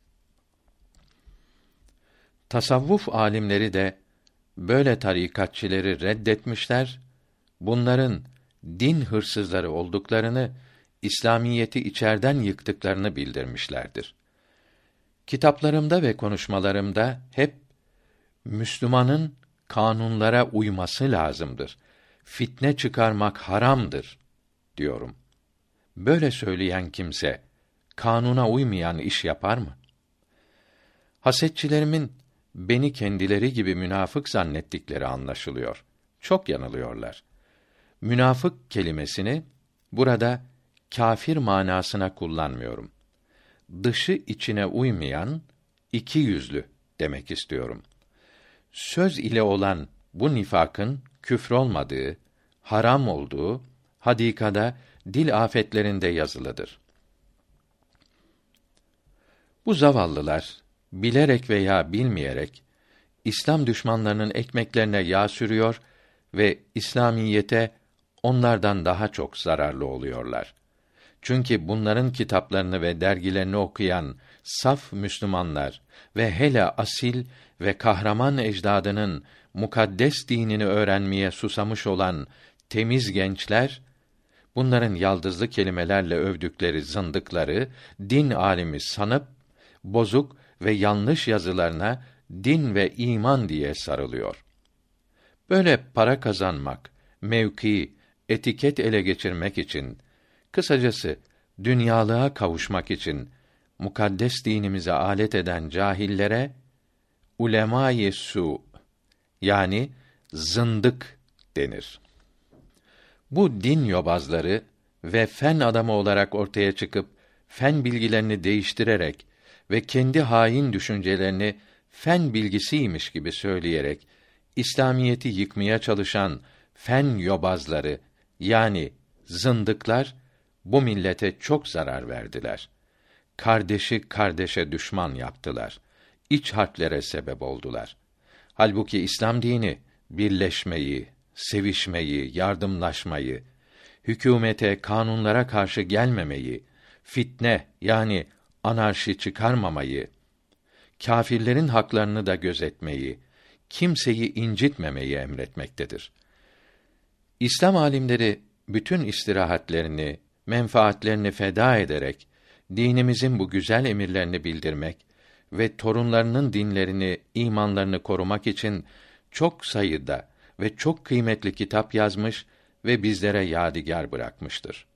Tasavvuf alimleri de böyle tarikatçileri reddetmişler, bunların din hırsızları olduklarını, İslamiyeti içerden yıktıklarını bildirmişlerdir. Kitaplarımda ve konuşmalarımda hep Müslümanın kanunlara uyması lazımdır. fitne çıkarmak haramdır diyorum. Böyle söyleyen kimse kanuna uymayan iş yapar mı? Hasetçilerimin beni kendileri gibi münafık zannettikleri anlaşılıyor. Çok yanılıyorlar. Münafık kelimesini burada kâfir manasına kullanmıyorum. Dışı içine uymayan, iki yüzlü demek istiyorum. Söz ile olan bu nifakın küfür olmadığı, haram olduğu hadikada dil afetlerinde yazılıdır. Bu zavallılar bilerek veya bilmeyerek İslam düşmanlarının ekmeklerine yağ sürüyor ve İslamiyete onlardan daha çok zararlı oluyorlar. Çünkü bunların kitaplarını ve dergilerini okuyan saf Müslümanlar ve hele asil ve kahraman ecdadının mukaddes dinini öğrenmeye susamış olan temiz gençler, bunların yaldızlı kelimelerle övdükleri zındıkları din alimi sanıp bozuk ve yanlış yazılarına din ve iman diye sarılıyor. Böyle para kazanmak, mevki, etiket ele geçirmek için, kısacası dünyalığa kavuşmak için mukaddes dinimize alet eden cahillere ulemâ-i su yani zındık denir. Bu din yobazları ve fen adamı olarak ortaya çıkıp fen bilgilerini değiştirerek ve kendi hain düşüncelerini fen bilgisiymiş gibi söyleyerek İslamiyeti yıkmaya çalışan fen yobazları yani zındıklar bu millete çok zarar verdiler. Kardeşi kardeşe düşman yaptılar. İç harplere sebep oldular. Halbuki İslam dini birleşmeyi, sevişmeyi, yardımlaşmayı, hükümete, kanunlara karşı gelmemeyi, fitne yani anarşi çıkarmamayı, kâfirlerin haklarını da gözetmeyi, kimseyi incitmemeyi emretmektedir. İslam alimleri bütün istirahatlerini, menfaatlerini feda ederek dinimizin bu güzel emirlerini bildirmek ve torunlarının dinlerini, imanlarını korumak için çok sayıda ve çok kıymetli kitap yazmış ve bizlere yadigar bırakmıştır.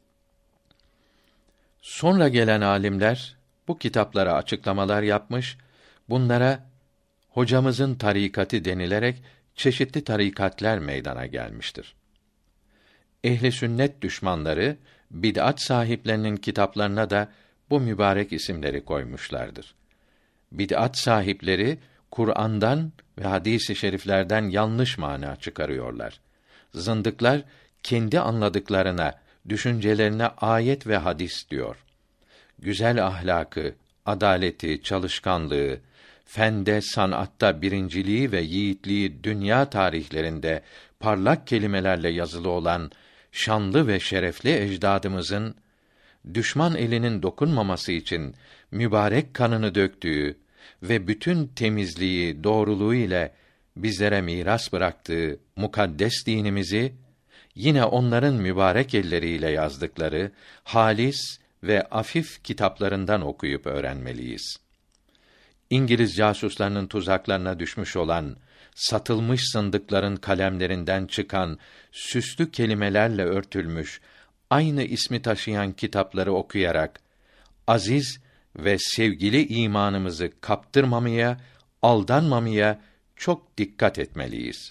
Sonra gelen alimler bu kitaplara açıklamalar yapmış, bunlara hocamızın tarikatı denilerek çeşitli tarikatlar meydana gelmiştir. Ehli sünnet düşmanları bid'at sahiplerinin kitaplarına da bu mübarek isimleri koymuşlardır. Bid'at sahipleri Kur'an'dan ve hadis-i şeriflerden yanlış mana çıkarıyorlar. Zındıklar kendi anladıklarına, düşüncelerine ayet ve hadis diyor. Güzel ahlakı, adaleti, çalışkanlığı, fende, sanatta birinciliği ve yiğitliği dünya tarihlerinde parlak kelimelerle yazılı olan şanlı ve şerefli ecdadımızın düşman elinin dokunmaması için mübarek kanını döktüğü ve bütün temizliği, doğruluğu ile bizlere miras bıraktığı mukaddes dinimizi yine onların mübarek elleriyle yazdıkları halis ve afif kitaplarından okuyup öğrenmeliyiz. İngiliz casuslarının tuzaklarına düşmüş olan, satılmış zındıkların kalemlerinden çıkan süslü kelimelerle örtülmüş, aynı ismi taşıyan kitapları okuyarak aziz ve sevgili imanımızı kaptırmamaya, aldanmamaya çok dikkat etmeliyiz.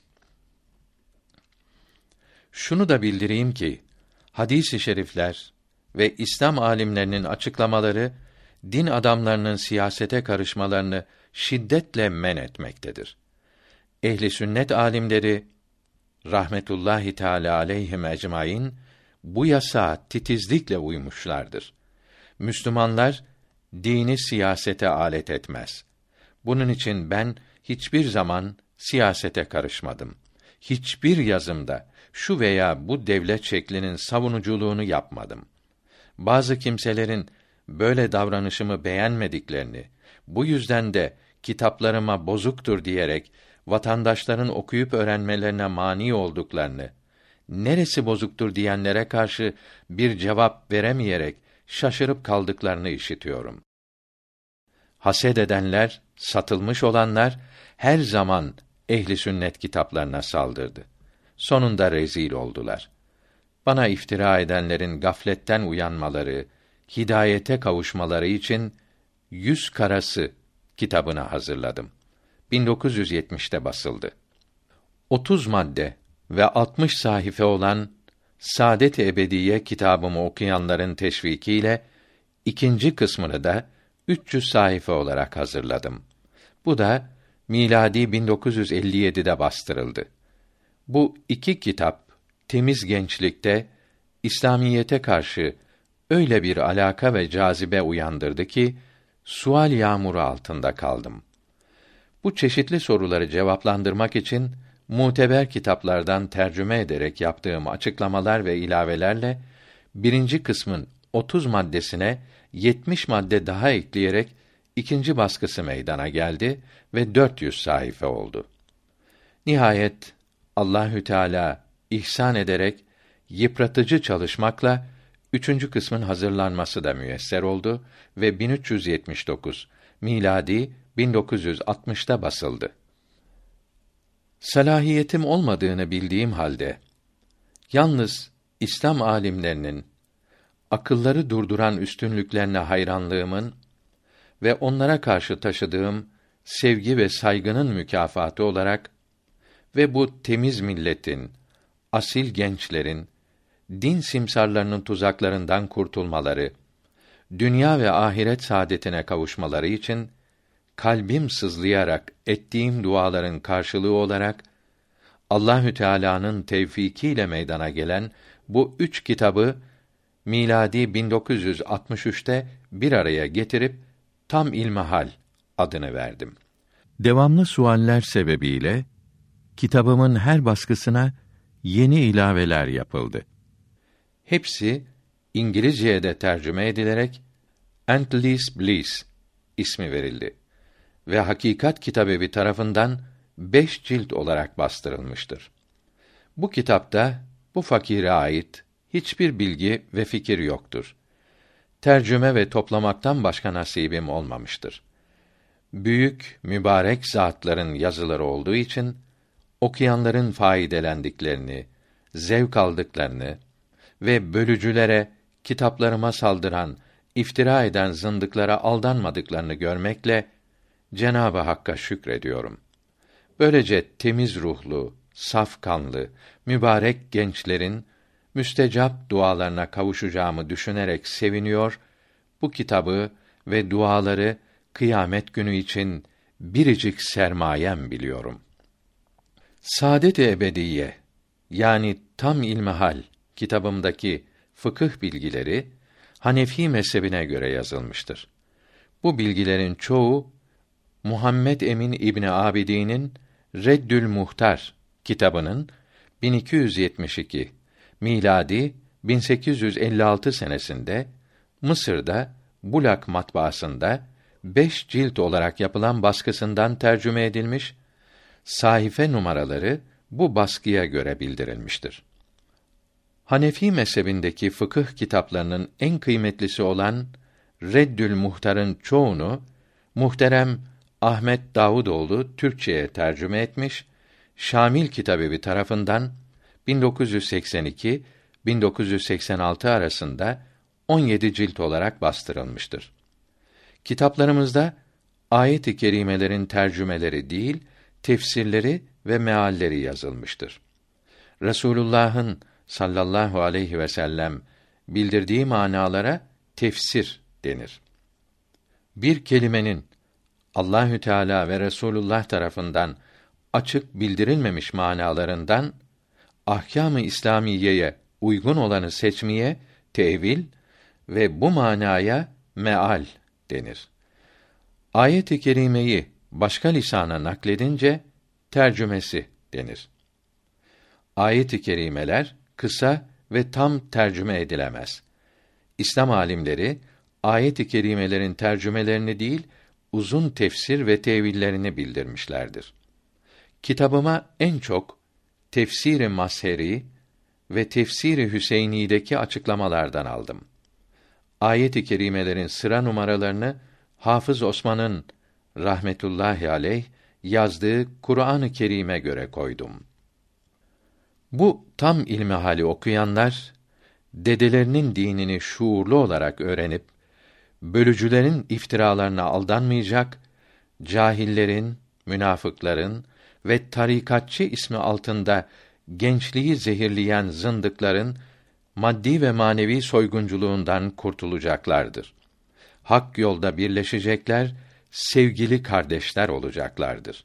Şunu da bildireyim ki hadis-i şerifler ve İslam alimlerinin açıklamaları din adamlarının siyasete karışmalarını şiddetle men etmektedir. Ehli sünnet alimleri rahmetullahi teala aleyhim ecmaîn bu yasağa titizlikle uymuşlardır. Müslümanlar dini siyasete alet etmez. Bunun için ben hiçbir zaman siyasete karışmadım. Hiçbir yazımda şu veya bu devlet şeklinin savunuculuğunu yapmadım. Bazı kimselerin böyle davranışımı beğenmediklerini, bu yüzden de kitaplarıma bozuktur diyerek vatandaşların okuyup öğrenmelerine mani olduklarını, neresi bozuktur diyenlere karşı bir cevap veremeyerek şaşırıp kaldıklarını işitiyorum. Haset edenler, satılmış olanlar her zaman ehli sünnet kitaplarına saldırdı. sonunda rezil oldular. Bana iftira edenlerin gafletten uyanmaları, hidayete kavuşmaları için Yüz Karası kitabını hazırladım. bin dokuz yüz yetmişte basıldı. otuz madde ve altmış sahife olan Saadet-i Ebediye kitabımı okuyanların teşvikiyle ikinci kısmını da üç yüz sayfa olarak hazırladım. Bu da miladi bin dokuz yüz elli yedide bastırıldı. Bu iki kitap temiz gençlikte İslamiyete karşı öyle bir alaka ve cazibe uyandırdı ki sual yağmuru altında kaldım. Bu çeşitli soruları cevaplandırmak için muteber kitaplardan tercüme ederek yaptığım açıklamalar ve ilavelerle birinci kısmın otuz maddesine yetmiş madde daha ekleyerek ikinci baskısı meydana geldi ve dört yüz sayfa oldu. Nihayet Allahü Teala ihsan ederek yıpratıcı çalışmakla üçüncü kısmın hazırlanması da müyesser oldu ve bin üç yüz yetmiş dokuz miladi bin dokuz yüz altmışta basıldı. Salahiyetim olmadığını bildiğim halde yalnız İslam alimlerinin akılları durduran üstünlüklerine hayranlığımın ve onlara karşı taşıdığım sevgi ve saygının mükafatı olarak ve bu temiz milletin, asil gençlerin din simsarlarının tuzaklarından kurtulmaları, dünya ve ahiret saadetine kavuşmaları için kalbim sızlayarak ettiğim duaların karşılığı olarak Allahü Teala'nın tevfikiyle meydana gelen bu üç kitabı miladi bin dokuz yüz altmış üçte bir araya getirip Tam İlmihal adını verdim. Devamlı sualler sebebiyle kitabımın her baskısına yeni ilaveler yapıldı. Hepsi İngilizceye de tercüme edilerek Endless Bliss ismi verildi ve Hakikat Kitabevi tarafından beş cilt olarak bastırılmıştır. Bu kitapta bu fakire ait hiçbir bilgi ve fikir yoktur. Tercüme ve toplamaktan başka nasibim olmamıştır. Büyük, mübarek zatların yazıları olduğu için okuyanların faydelendiklerini, zevk aldıklarını ve bölücülere, kitaplarıma saldıran, iftira eden zındıklara aldanmadıklarını görmekle Cenab-ı Hakk'a şükrediyorum. Böylece temiz ruhlu, saf kanlı, mübarek gençlerin müstecap dualarına kavuşacağımı düşünerek seviniyor, bu kitabı ve duaları kıyamet günü için biricik sermayem biliyorum. Saadet-i Ebediye yani Tam İlmihal kitabımdaki fıkıh bilgileri Hanefi mezhebine göre yazılmıştır. Bu bilgilerin çoğu Muhammed Emin İbni Abidin'in Reddül Muhtar kitabının bin iki yüz yetmiş iki miladi bin sekiz yüz elli altı senesinde Mısır'da Bulak matbaasında beş cilt olarak yapılan baskısından tercüme edilmiş, sahife numaraları bu baskıya göre bildirilmiştir. Hanefi mezhebindeki fıkıh kitaplarının en kıymetlisi olan Reddül Muhtar'ın çoğunu muhterem Ahmet Davudoğlu Türkçeye tercüme etmiş, Şamil Kitabevi tarafından bin dokuz yüz seksen iki bin dokuz yüz seksen altı arasında on yedi cilt olarak bastırılmıştır. Kitaplarımızda ayet-i kerimelerin tercümeleri değil, tefsirleri ve mealleri yazılmıştır. Resulullah'ın sallallahu aleyhi ve sellem bildirdiği manalara tefsir denir. Bir kelimenin Allahü Teala ve Resulullah tarafından açık bildirilmemiş manalarından ahkâm-ı İslamiyeye uygun olanı seçmeye tevil ve bu manaya meal denir. Ayet-i kerimeyi başka lisana nakledince tercümesi denir. Ayet-i kerimeler kısa ve tam tercüme edilemez. İslam alimleri ayet-i kerimelerin tercümelerini değil, uzun tefsir ve tevillerini bildirmişlerdir. Kitabıma en çok Tefsir-i Masheri ve Tefsir-i Hüseyni'deki açıklamalardan aldım. Ayet-i kerimelerin sıra numaralarını Hafız Osman'ın rahmetullahi aleyh yazdığı Kur'an-ı Kerim'e göre koydum. Bu tam ilmihali okuyanlar, dedelerinin dinini şuurlu olarak öğrenip, bölücülerin iftiralarına aldanmayacak, cahillerin, münafıkların ve tarikatçı ismi altında gençliği zehirleyen zındıkların maddi ve manevi soygunculuğundan kurtulacaklardır. Hak yolda birleşecekler, sevgili kardeşler olacaklardır.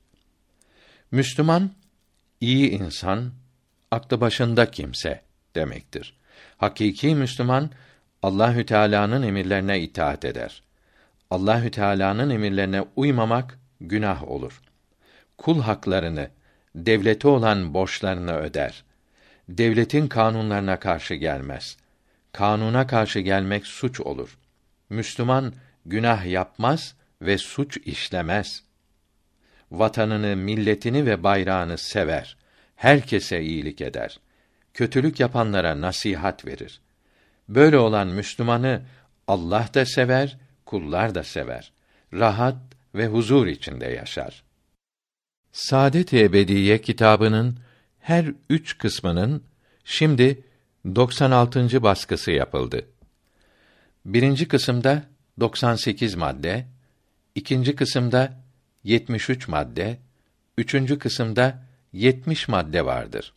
Müslüman, iyi insan, aklı başında kimse demektir. Hakiki Müslüman, Allahü Teala'nın emirlerine itaat eder. Allahü Teala'nın emirlerine uymamak günah olur. Kul haklarını, devlete olan borçlarını öder. Devletin kanunlarına karşı gelmez. Kanuna karşı gelmek suç olur. Müslüman günah yapmaz ve suç işlemez. Vatanını, milletini ve bayrağını sever. Herkese iyilik eder. Kötülük yapanlara nasihat verir. Böyle olan Müslümanı Allah da sever, kullar da sever. Rahat ve huzur içinde yaşar. Saadet-i Ebediye kitabının her üç kısmının şimdi doksan altıncı baskısı yapıldı. Birinci kısımda doksan sekiz madde, ikinci kısımda yetmiş üç madde, üçüncü kısımda yetmiş madde vardır.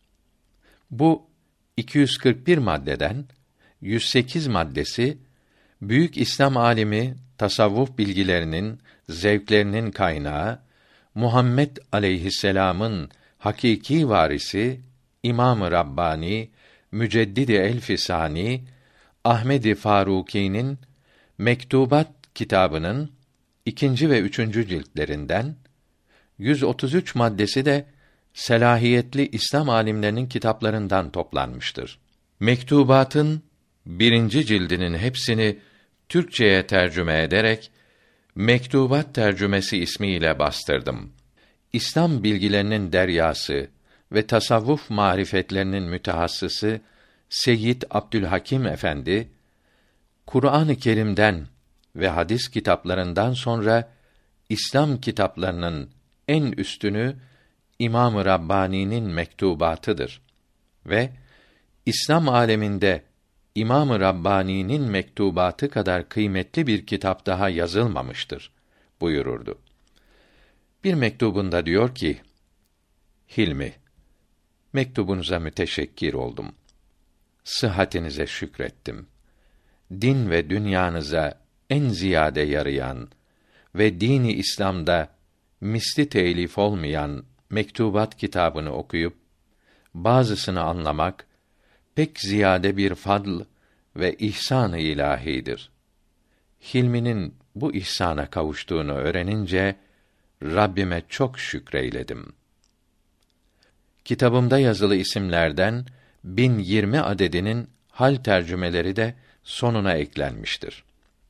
Bu iki yüz kırk bir maddeden yüz sekiz maddesi büyük İslam alimi tasavvuf bilgilerinin, zevklerinin kaynağı Muhammed aleyhisselam'ın hakiki varisi İmam-ı Rabbani, Müceddid-i Elfisani, Ahmed-i Faruki'nin Mektubat kitabının ikinci ve üçüncü ciltlerinden, yüz otuz üç maddesi de selahiyetli İslam alimlerinin kitaplarından toplanmıştır. Mektubatın birinci cildinin hepsini Türkçeye tercüme ederek Mektubat tercümesi ismiyle bastırdım. İslam bilgilerinin deryası ve tasavvuf marifetlerinin mütehassısı Seyyid Abdülhakim Efendi, Kur'an-ı Kerim'den ve hadis kitaplarından sonra İslam kitaplarının en üstünü İmam-ı Rabbani'nin mektubatıdır ve İslam aleminde İmam-ı Rabbani'nin mektubatı kadar kıymetli bir kitap daha yazılmamıştır buyururdu. Bir mektubunda diyor ki: Hilmi, mektubunuza müteşekkir oldum. Sıhhatinize şükrettim. Din ve dünyanıza en ziyade yarayan ve dini İslam'da misli telif olmayan mektubat kitabını okuyup bazısını anlamak pek ziyade bir fadl ve ihsan-ı ilahidir. Hilmi'nin bu ihsana kavuştuğunu öğrenince Rabbime çok şükreyledim. Kitabımda yazılı isimlerden bin yirmi adedinin hal tercümeleri de sonuna eklenmiştir.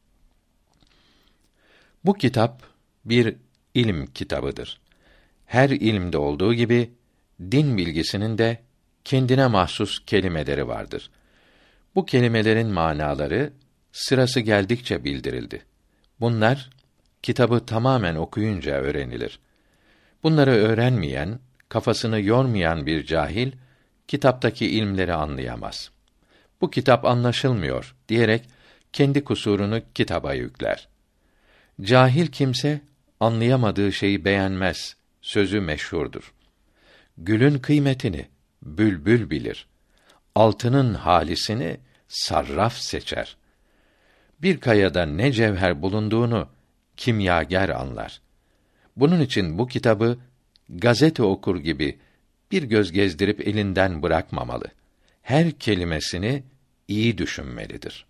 Bu kitap bir ilim kitabıdır. Her ilimde olduğu gibi din bilgisinin de kendine mahsus kelimeleri vardır. Bu kelimelerin manaları sırası geldikçe bildirildi. Bunlar kitabı tamamen okuyunca öğrenilir. Bunları öğrenmeyen, kafasını yormayan bir cahil kitaptaki ilmleri anlayamaz. Bu kitap anlaşılmıyor diyerek kendi kusurunu kitaba yükler. Cahil kimse anlayamadığı şeyi beğenmez. Sözü meşhurdur. Gülün kıymetini bülbül bilir. Altının halisini sarraf seçer. Bir kayada ne cevher bulunduğunu kimyager anlar. Bunun için bu kitabı gazete okur gibi bir göz gezdirip elinden bırakmamalı. Her kelimesini iyi düşünmelidir.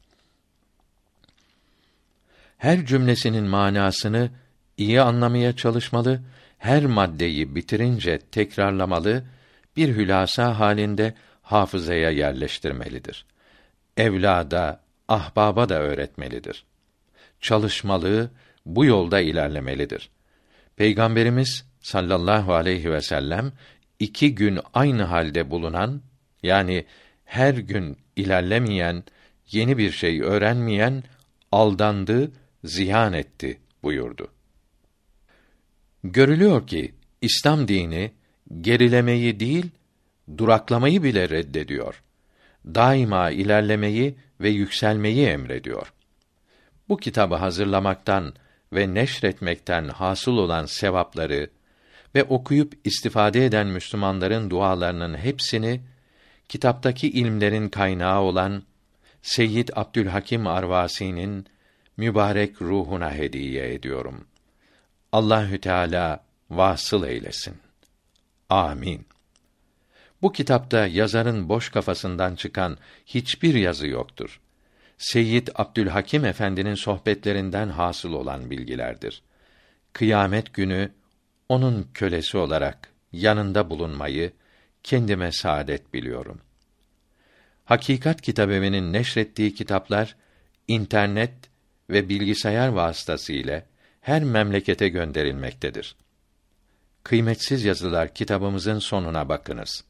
Her cümlesinin manasını iyi anlamaya çalışmalı, her maddeyi bitirince tekrarlamalı, bir hülasa halinde hafızaya yerleştirmelidir. Evlada, ahbaba da öğretmelidir. Çalışmalı, bu yolda ilerlemelidir. Peygamberimiz sallallahu aleyhi ve sellem iki gün aynı halde bulunan, yani her gün ilerlemeyen, yeni bir şey öğrenmeyen aldandı, ziyan etti buyurdu. Görülüyor ki İslam dini gerilemeyi değil, duraklamayı bile reddediyor. Daima ilerlemeyi ve yükselmeyi emrediyor. Bu kitabı hazırlamaktan ve neşretmekten hasıl olan sevapları ve okuyup istifade eden Müslümanların dualarının hepsini kitaptaki ilmlerin kaynağı olan Seyyid Abdülhakim Arvasi'nin mübarek ruhuna hediye ediyorum. Allahü Teala vasıl eylesin. Amin. Bu kitapta yazarın boş kafasından çıkan hiçbir yazı yoktur. Seyyid Abdülhakim Efendi'nin sohbetlerinden hasıl olan bilgilerdir. Kıyamet günü onun kölesi olarak yanında bulunmayı kendime saadet biliyorum. Hakikat Kitabevi'nin neşrettiği kitaplar internet ve bilgisayar vasıtasıyla her memlekete gönderilmektedir. Kıymetsiz yazılar kitabımızın sonuna bakınız.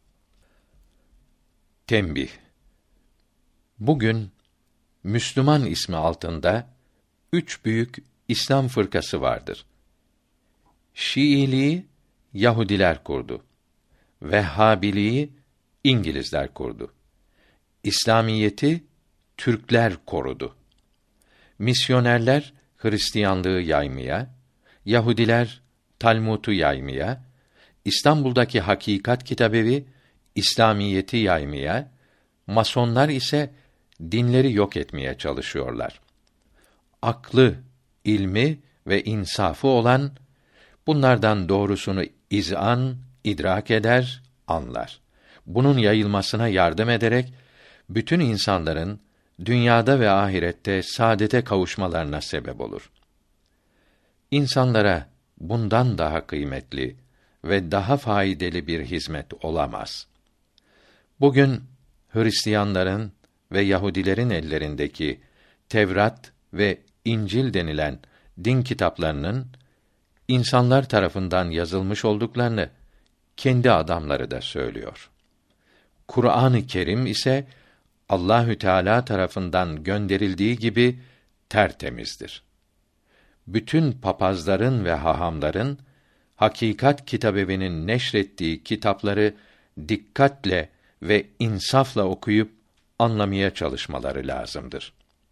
Tembih. Bugün Müslüman ismi altında üç büyük İslam fırkası vardır. Şiiliği Yahudiler kurdu. Vehhabiliği İngilizler kurdu. İslamiyeti Türkler korudu. Misyonerler Hristiyanlığı yaymaya, Yahudiler Talmud'u yaymaya, İstanbul'daki Hakikat Kitabevi İslamiyeti yaymaya, Masonlar ise dinleri yok etmeye çalışıyorlar. Aklı, ilmi ve insafı olan bunlardan doğrusunu izan, idrak eder, anlar. Bunun yayılmasına yardım ederek bütün insanların dünyada ve ahirette saadete kavuşmalarına sebep olur. İnsanlara bundan daha kıymetli ve daha faydalı bir hizmet olamaz. Bugün Hristiyanların ve Yahudilerin ellerindeki Tevrat ve İncil denilen din kitaplarının insanlar tarafından yazılmış olduklarını kendi adamları da söylüyor. Kur'an-ı Kerim ise Allahü Teala tarafından gönderildiği gibi tertemizdir. Bütün papazların ve hahamların Hakikat Kitabevi'nin neşrettiği kitapları dikkatle ve insafla okuyup anlamaya çalışmaları lazımdır.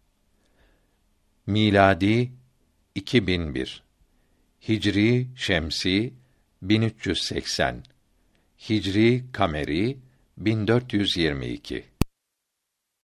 Miladi iki bin bir, Hicri Şemsi bin üç yüz seksen, Hicri Kameri bin dört yüz yirmi iki.